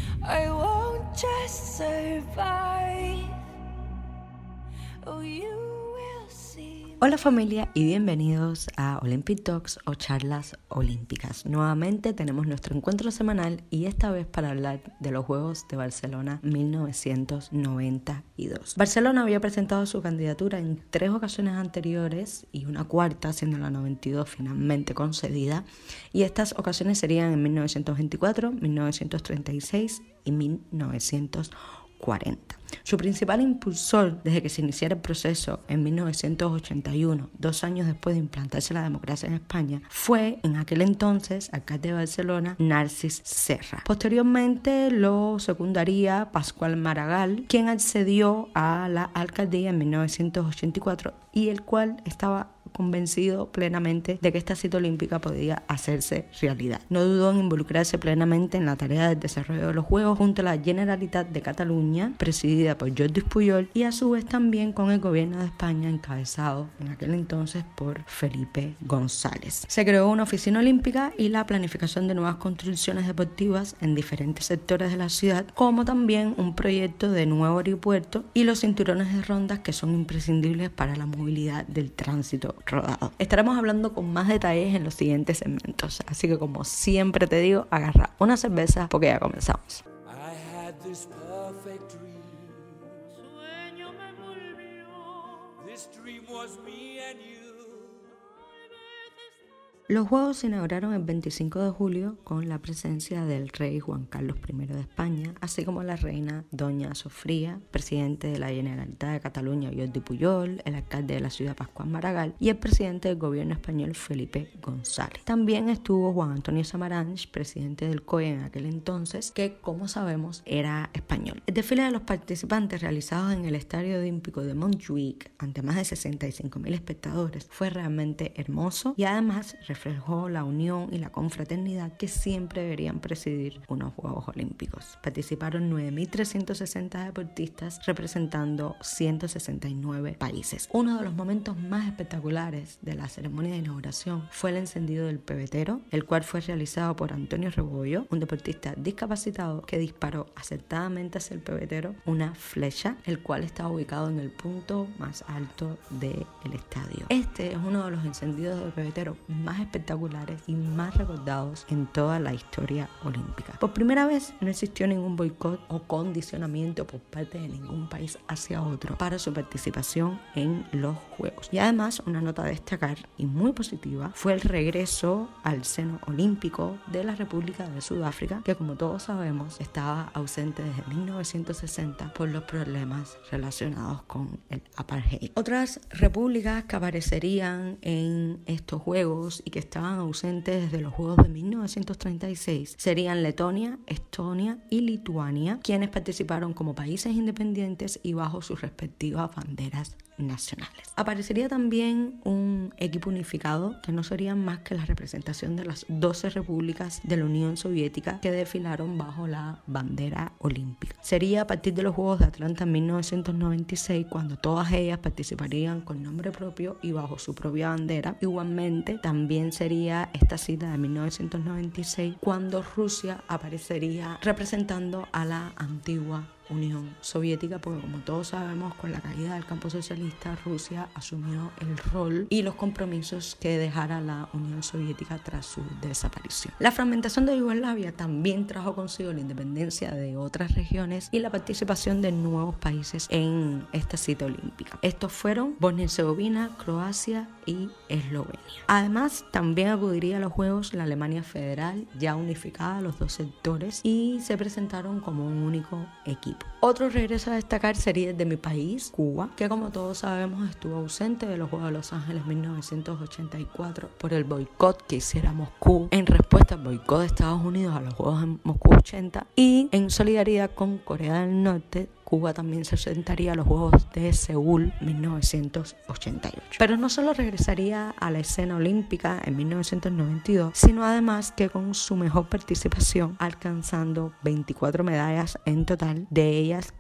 I won't just survive. Oh, you will see. Hola familia y bienvenidos a Olympic Talks o charlas olímpicas. Nuevamente tenemos nuestro encuentro semanal y esta vez para hablar de los Juegos de Barcelona 1992. Barcelona había presentado su candidatura en 3 ocasiones anteriores y una cuarta, siendo la 92 finalmente concedida, y estas ocasiones serían en 1924, 1936 y 1940. Su principal impulsor desde que se iniciara el proceso en 1981, 2 años después de implantarse la democracia en España, fue en aquel entonces alcalde de Barcelona, Narcís Serra. Posteriormente lo secundaría Pasqual Maragall, quien accedió a la alcaldía en 1984 y el cual estaba convencido plenamente de que esta cita olímpica podía hacerse realidad. No dudó en involucrarse plenamente en la tarea del desarrollo de los Juegos junto a la Generalitat de Cataluña, presidida por Jordi Pujol, y a su vez también con el gobierno de España encabezado en aquel entonces por Felipe González. Se creó una oficina olímpica y la planificación de nuevas construcciones deportivas en diferentes sectores de la ciudad, como también un proyecto de nuevo aeropuerto y los cinturones de rondas que son imprescindibles para la movilidad del tránsito rodado. Estaremos hablando con más detalles en los siguientes segmentos, así que como siempre te digo, agarra una cerveza porque ya comenzamos. Sueño me volvió. This dream was me and you. Los Juegos se inauguraron el 25 de julio con la presencia del rey Juan Carlos I de España, así como la reina Doña Sofía, presidente de la Generalitat de Cataluña Jordi Pujol, el alcalde de la ciudad Pasqual Maragall y el presidente del gobierno español Felipe González. También estuvo Juan Antonio Samaranch, presidente del COE en aquel entonces, que como sabemos era español. El desfile de los participantes realizados en el Estadio Olímpico de Montjuïc ante más de 65.000 espectadores fue realmente hermoso y además reflejó la unión y la confraternidad que siempre deberían presidir unos Juegos Olímpicos. Participaron 9.360 deportistas representando 169 países. Uno de los momentos más espectaculares de la ceremonia de inauguración fue el encendido del pebetero, el cual fue realizado por Antonio Rebollo, un deportista discapacitado que disparó acertadamente hacia el pebetero una flecha, el cual estaba ubicado en el punto más alto del estadio. Este es uno de los encendidos del pebetero más espectaculares y más recordados en toda la historia olímpica. Por primera vez no existió ningún boicot o condicionamiento por parte de ningún país hacia otro para su participación en los Juegos. Y además, una nota a destacar y muy positiva fue el regreso al seno olímpico de la República de Sudáfrica, que como todos sabemos estaba ausente desde 1960 por los problemas relacionados con el apartheid. Otras repúblicas que aparecerían en estos Juegos y que estaban ausentes desde los Juegos de 1936 serían Letonia, Estonia y Lituania, quienes participaron como países independientes y bajo sus respectivas banderas nacionales. Aparecería también un equipo unificado que no serían más que la representación de las 12 repúblicas de la Unión Soviética que desfilaron bajo la bandera olímpica. Sería a partir de los Juegos de Atlanta en 1996 cuando todas ellas participarían con nombre propio y bajo su propia bandera. Igualmente también sería esta cita de 1996 cuando Rusia aparecería representando a la antigua Unión Soviética, porque como todos sabemos, con la caída del campo socialista, Rusia asumió el rol y los compromisos que dejara la Unión Soviética tras su desaparición. La fragmentación de Yugoslavia también trajo consigo la independencia de otras regiones y la participación de nuevos países en esta cita olímpica. Estos fueron Bosnia y Herzegovina, Croacia y Eslovenia. Además, también acudiría a los Juegos la Alemania Federal, ya unificada los dos sectores, y se presentaron como un único equipo. Otro regreso a destacar sería el de mi país, Cuba, que como todos sabemos estuvo ausente de los Juegos de Los Ángeles 1984 por el boicot que hiciera Moscú en respuesta al boicot de Estados Unidos a los Juegos de Moscú 80 y en solidaridad con Corea del Norte. Cuba también se presentaría a los Juegos de Seúl 1988. Pero no solo regresaría a la escena olímpica en 1992, sino además que con su mejor participación, alcanzando 24 medallas en total, de ellas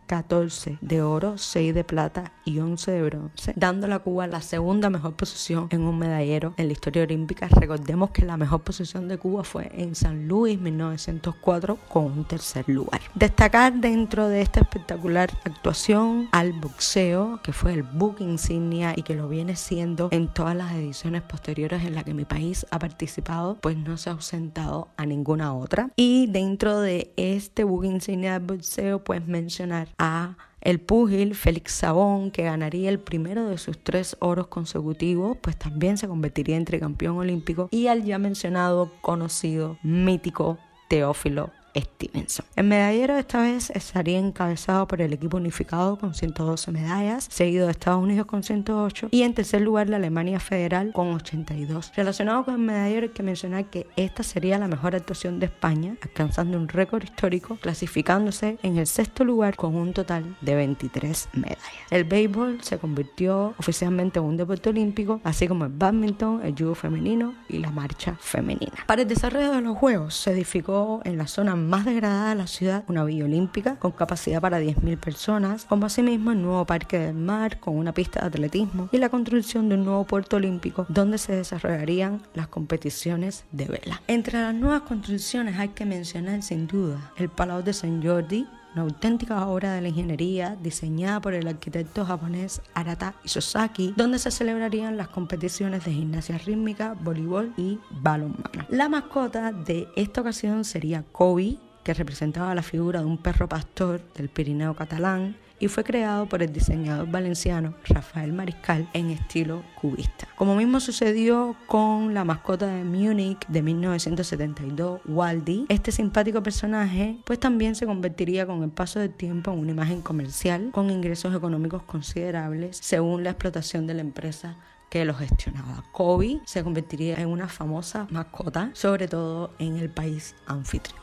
14 de oro, 6 de plata y 11 de bronce, dándole a Cuba la segunda mejor posición en un medallero en la historia olímpica. Recordemos que la mejor posición de Cuba fue en San Luis 1904 con un tercer lugar. Destacar dentro de esta espectacular actuación al boxeo, que fue el buque insignia y que lo viene siendo en todas las ediciones posteriores en las que mi país ha participado, pues no se ha ausentado a ninguna otra. Y dentro de este buque insignia del boxeo, pues mencionar a el púgil Félix Savón, que ganaría el primero de sus 3 oros consecutivos, pues también se convertiría en tricampeón olímpico, y al ya mencionado, conocido, mítico Teófilo Stevenson. El medallero esta vez estaría encabezado por el equipo unificado con 112 medallas, seguido de Estados Unidos con 108 y en tercer lugar la Alemania Federal con 82. Relacionado con el medallero, hay que mencionar que esta sería la mejor actuación de España, alcanzando un récord histórico, clasificándose en el 6º lugar con un total de 23 medallas. El béisbol se convirtió oficialmente en un deporte olímpico, así como el bádminton, el judo femenino y la marcha femenina. Para el desarrollo de los Juegos se edificó en la zona más degradada de la ciudad una villa olímpica con capacidad para 10.000 personas, como asimismo el nuevo Parque del Mar con una pista de atletismo y la construcción de un nuevo puerto olímpico donde se desarrollarían las competiciones de vela. Entre las nuevas construcciones hay que mencionar sin duda el Palau de Sant Jordi, una auténtica obra de la ingeniería diseñada por el arquitecto japonés Arata Isozaki, donde se celebrarían las competiciones de gimnasia rítmica, voleibol y balonmano. La mascota de esta ocasión sería Kobe, que representaba la figura de un perro pastor del Pirineo catalán, y fue creado por el diseñador valenciano Rafael Mariscal en estilo cubista. Como mismo sucedió con la mascota de Múnich de 1972, Waldi, este simpático personaje pues también se convertiría con el paso del tiempo en una imagen comercial con ingresos económicos considerables según la explotación de la empresa que lo gestionaba. Kobe se convertiría en una famosa mascota, sobre todo en el país anfitrión.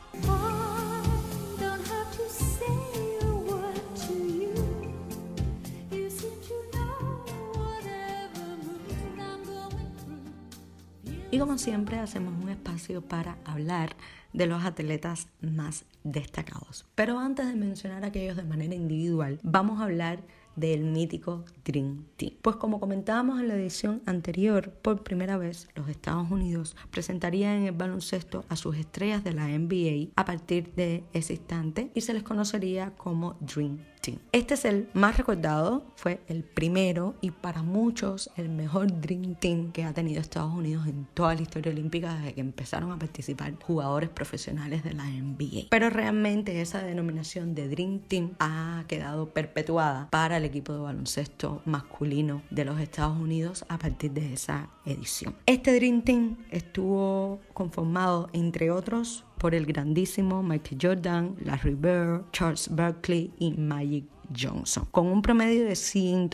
Y como siempre hacemos un espacio para hablar de los atletas más destacados. Pero antes de mencionar a aquellos de manera individual, vamos a hablar del mítico Dream Team. Pues como comentábamos en la edición anterior, por primera vez los Estados Unidos presentarían en el baloncesto a sus estrellas de la NBA a partir de ese instante y se les conocería como Dream Team. Este es el más recordado, fue el primero y para muchos el mejor Dream Team que ha tenido Estados Unidos en toda la historia olímpica desde que empezaron a participar jugadores profesionales de la NBA. Pero realmente esa denominación de Dream Team ha quedado perpetuada para el equipo de baloncesto masculino de los Estados Unidos a partir de esa edición. Este Dream Team estuvo conformado, entre otros, por el grandísimo Michael Jordan, Larry Bird, Charles Barkley y Magic Johnson. Con un promedio de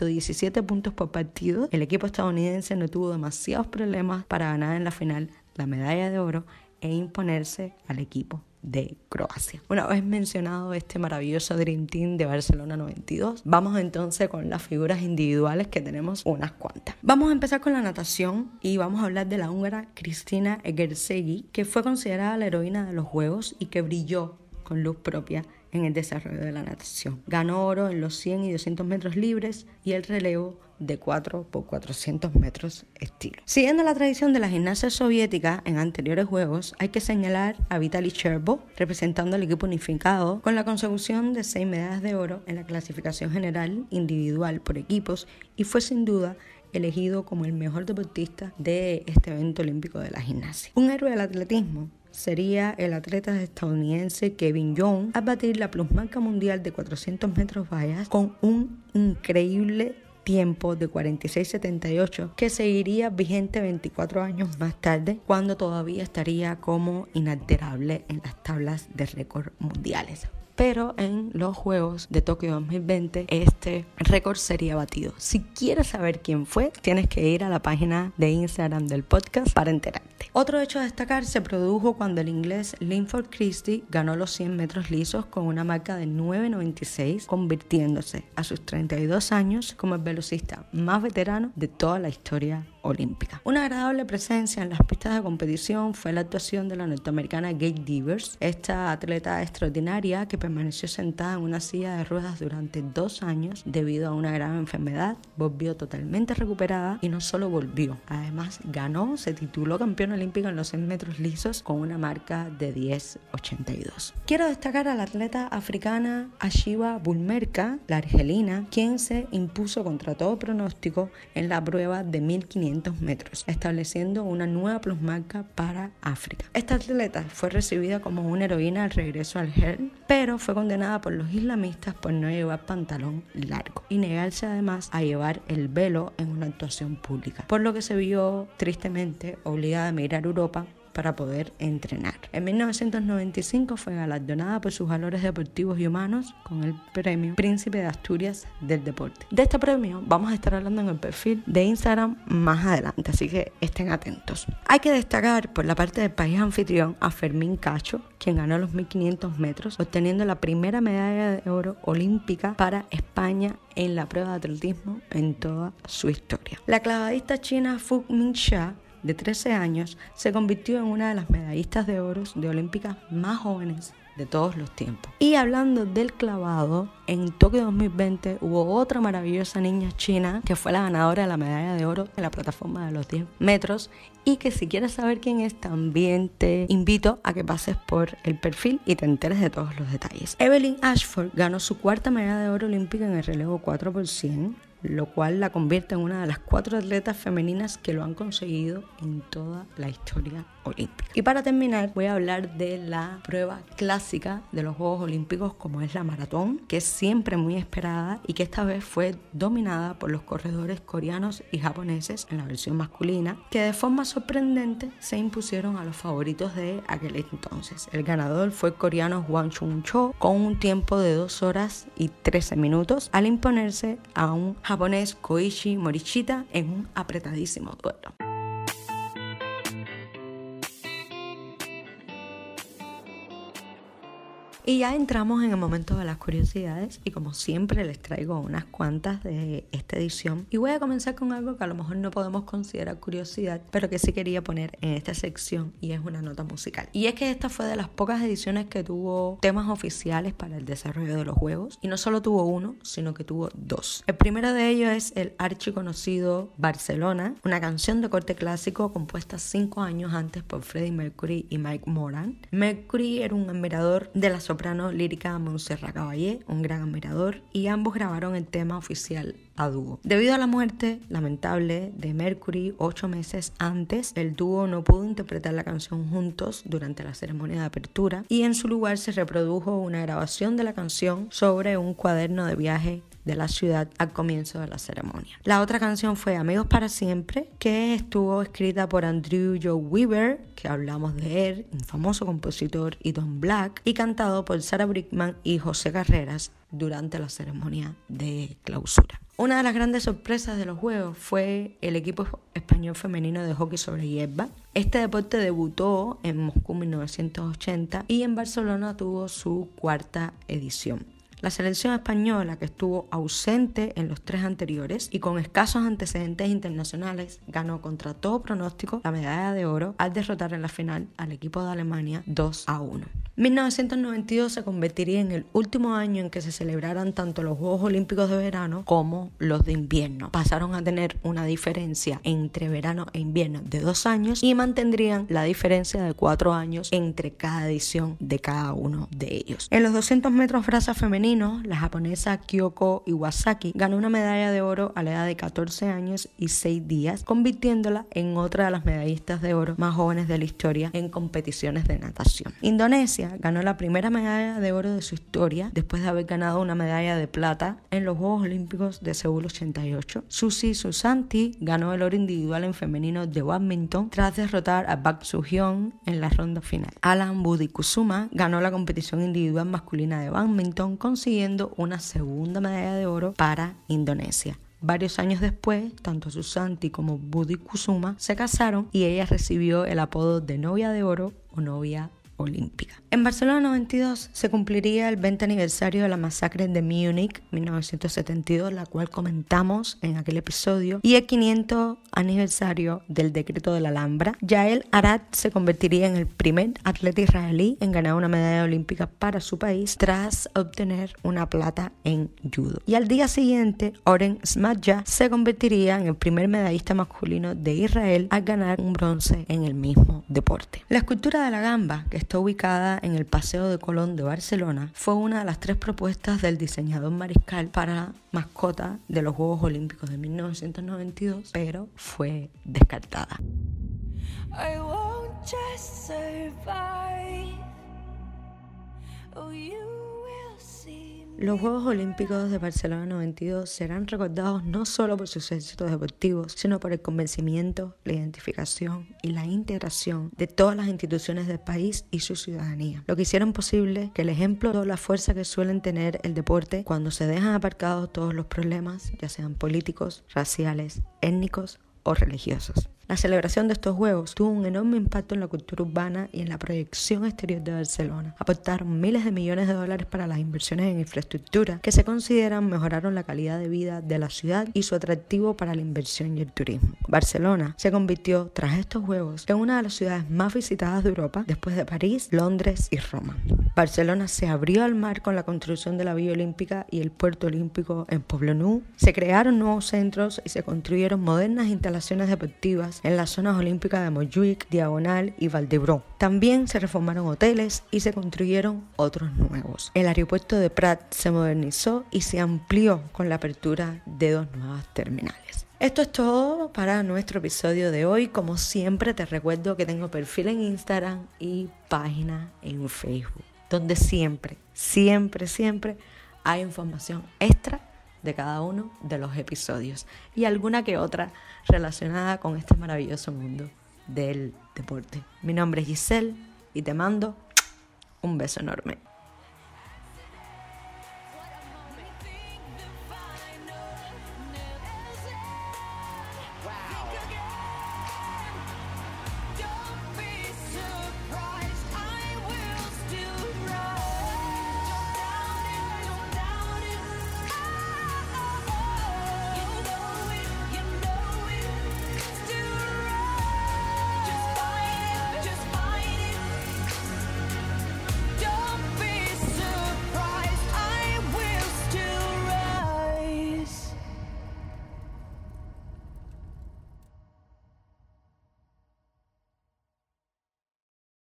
117 puntos por partido, el equipo estadounidense no tuvo demasiados problemas para ganar en la final la medalla de oro e imponerse al equipo de Croacia. Una vez mencionado este maravilloso Dream Team de Barcelona 92, vamos entonces con las figuras individuales, que tenemos unas cuantas. Vamos a empezar con la natación y vamos a hablar de la húngara Cristina Egerszegi, que fue considerada la heroína de los Juegos y que brilló con luz propia en el desarrollo de la natación. Ganó oro en los 100 y 200 metros libres y el relevo de 4 por 400 metros estilo. Siguiendo la tradición de la gimnasia soviética en anteriores Juegos, hay que señalar a Vitaly Cherbo, representando al equipo unificado, con la consecución de 6 medallas de oro en la clasificación general individual por equipos, y fue sin duda elegido como el mejor deportista de este evento olímpico de la gimnasia. Un héroe del atletismo sería el atleta estadounidense Kevin Young al batir la plusmarca mundial de 400 metros vallas con un increíble tiempo de 46.78 que seguiría vigente 24 años más tarde, cuando todavía estaría como inalterable en las tablas de récord mundiales. Pero en los Juegos de Tokio 2020 este récord sería batido. Si quieres saber quién fue, tienes que ir a la página de Instagram del podcast para enterarte. combate. Otro hecho a destacar se produjo cuando el inglés Linford Christie ganó los 100 metros lisos con una marca de 9.96, convirtiéndose a sus 32 años como el velocista más veterano de toda la historia olímpica. Una agradable presencia en las pistas de competición fue la actuación de la norteamericana Gail Devers, esta atleta extraordinaria que permaneció sentada en una silla de ruedas durante 2 años debido a una grave enfermedad, volvió totalmente recuperada y no solo volvió, además ganó, se tituló campeona olímpica en los 100 metros lisos con una marca de 10.82. Quiero destacar a la atleta africana Ashiwa Bulmerka, la argelina, quien se impuso contra todo pronóstico en la prueba de 1500 metros, estableciendo una nueva plusmarca para África. Esta atleta fue recibida como una heroína al regreso al Hell, pero fue condenada por los islamistas por no llevar pantalón largo y negarse además a llevar el velo en una actuación pública, por lo que se vio tristemente obligada a emigrar a Europa para poder entrenar. En 1995 fue galardonada por sus valores deportivos y humanos con el premio Príncipe de Asturias del Deporte. De este premio vamos a estar hablando en el perfil de Instagram más adelante, así que estén atentos. Hay que destacar por la parte del país anfitrión a Fermín Cacho, quien ganó los 1500 metros, obteniendo la primera medalla de oro olímpica para España en la prueba de atletismo en toda su historia. La clavadista china Fu Mingxia, de 13 años, se convirtió en una de las medallistas de oro de olímpicas más jóvenes de todos los tiempos. Y hablando del clavado, en Tokio 2020 hubo otra maravillosa niña china que fue la ganadora de la medalla de oro en la plataforma de los 10 metros y que si quieres saber quién es, también te invito a que pases por el perfil y te enteres de todos los detalles. Evelyn Ashford ganó su cuarta medalla de oro olímpica en el relevo 4x100, lo cual la convierte en una de las 4 atletas femeninas que lo han conseguido en toda la historia olímpica. Y para terminar, voy a hablar de la prueba clásica de los Juegos Olímpicos, como es la maratón, que es siempre muy esperada y que esta vez fue dominada por los corredores coreanos y japoneses en la versión masculina, que de forma sorprendente se impusieron a los favoritos de aquel entonces. El ganador fue el coreano Hwang Chun-cho con un tiempo de 2 horas y 13 minutos al imponerse a un japonés Koichi Morishita en un apretadísimo duelo. Y ya entramos en el momento de las curiosidades y como siempre les traigo unas cuantas de esta edición y voy a comenzar con algo que a lo mejor no podemos considerar curiosidad, pero que sí quería poner en esta sección y es una nota musical. Y es que esta fue de las pocas ediciones que tuvo temas oficiales para el desarrollo de los juegos y no solo tuvo uno, sino que tuvo 2. El primero de ellos es el archiconocido Barcelona, una canción de corte clásico compuesta 5 años antes por Freddie Mercury y Mike Moran. Mercury era un admirador de la soprano lírica Montserrat Caballé, un gran admirador, y ambos grabaron el tema oficial a dúo. Debido a la muerte lamentable de Mercury 8 meses antes, el dúo no pudo interpretar la canción juntos durante la ceremonia de apertura y en su lugar se reprodujo una grabación de la canción sobre un cuaderno de viaje de la ciudad al comienzo de la ceremonia. La otra canción fue Amigos para Siempre, que estuvo escrita por Andrew Joe Weaver, que hablamos de él, un famoso compositor, y Don Black, y cantado por Sarah Brightman y José Carreras durante la ceremonia de clausura. Una de las grandes sorpresas de los Juegos fue el equipo español femenino de hockey sobre hierba. Este deporte debutó en Moscú en 1980 y en Barcelona tuvo su 4ª edición. La selección española, que estuvo ausente en los 3 anteriores y con escasos antecedentes internacionales, ganó contra todo pronóstico la medalla de oro al derrotar en la final al equipo de Alemania 2-1. 1992 se convertiría en el último año en que se celebraran tanto los Juegos Olímpicos de verano como los de invierno. Pasaron a tener una diferencia entre verano e invierno de 2 años y mantendrían la diferencia de 4 años entre cada edición de cada uno de ellos. En los 200 metros braza femenino, la japonesa Kyoko Iwasaki ganó una medalla de oro a la edad de 14 años y 6 días, convirtiéndola en otra de las medallistas de oro más jóvenes de la historia en competiciones de natación. Indonesia ganó la primera medalla de oro de su historia después de haber ganado una medalla de plata en los Juegos Olímpicos de Seúl 88. Susi Susanti ganó el oro individual en femenino de badminton tras derrotar a Park Soo-hyun en la ronda final. Alan Budikusuma ganó la competición individual masculina de badminton consiguiendo una segunda medalla de oro para Indonesia. Varios años después, tanto Susanti como Budi Kusuma se casaron y ella recibió el apodo de novia de oro o novia olímpica. En Barcelona 92 se cumpliría el 20 aniversario de la masacre de Múnich 1972, la cual comentamos en aquel episodio, y el 500 aniversario del decreto de la Alhambra. Yael Arad se convertiría en el primer atleta israelí en ganar una medalla olímpica para su país tras obtener una plata en judo. Y al día siguiente, Oren Smadja se convertiría en el primer medallista masculino de Israel al ganar un bronce en el mismo deporte. La escultura de la gamba, que está ubicada en el Paseo de Colón de Barcelona, fue una de las 3 propuestas del diseñador Mariscal para la mascota de los Juegos Olímpicos de 1992, pero fue descartada. I won't just survive. Oh, you will see. Los Juegos Olímpicos de Barcelona 92 serán recordados no solo por sus éxitos deportivos, sino por el convencimiento, la identificación y la integración de todas las instituciones del país y su ciudadanía, lo que hicieron posible que el ejemplo de la fuerza que suelen tener el deporte cuando se dejan aparcados todos los problemas, ya sean políticos, raciales, étnicos o religiosos. La celebración de estos Juegos tuvo un enorme impacto en la cultura urbana y en la proyección exterior de Barcelona. Aportaron miles de millones de dólares para las inversiones en infraestructura que se consideran mejoraron la calidad de vida de la ciudad y su atractivo para la inversión y el turismo. Barcelona se convirtió, tras estos Juegos, en una de las ciudades más visitadas de Europa después de París, Londres y Roma. Barcelona se abrió al mar con la construcción de la Villa Olímpica y el Puerto Olímpico en Poblenou. Se crearon nuevos centros y se construyeron modernas instalaciones deportivas en las zonas olímpicas de Montjuïc, Diagonal y Vall-d'Hebron. También se reformaron hoteles y se construyeron otros nuevos. El aeropuerto de Prat se modernizó y se amplió con la apertura de 2 nuevas terminales. Esto es todo para nuestro episodio de hoy. Como siempre, te recuerdo que tengo perfil en Instagram y página en Facebook, donde siempre hay información extra de cada uno de los episodios y alguna que otra relacionada con este maravilloso mundo del deporte. Mi nombre es Giselle y te mando un beso enorme.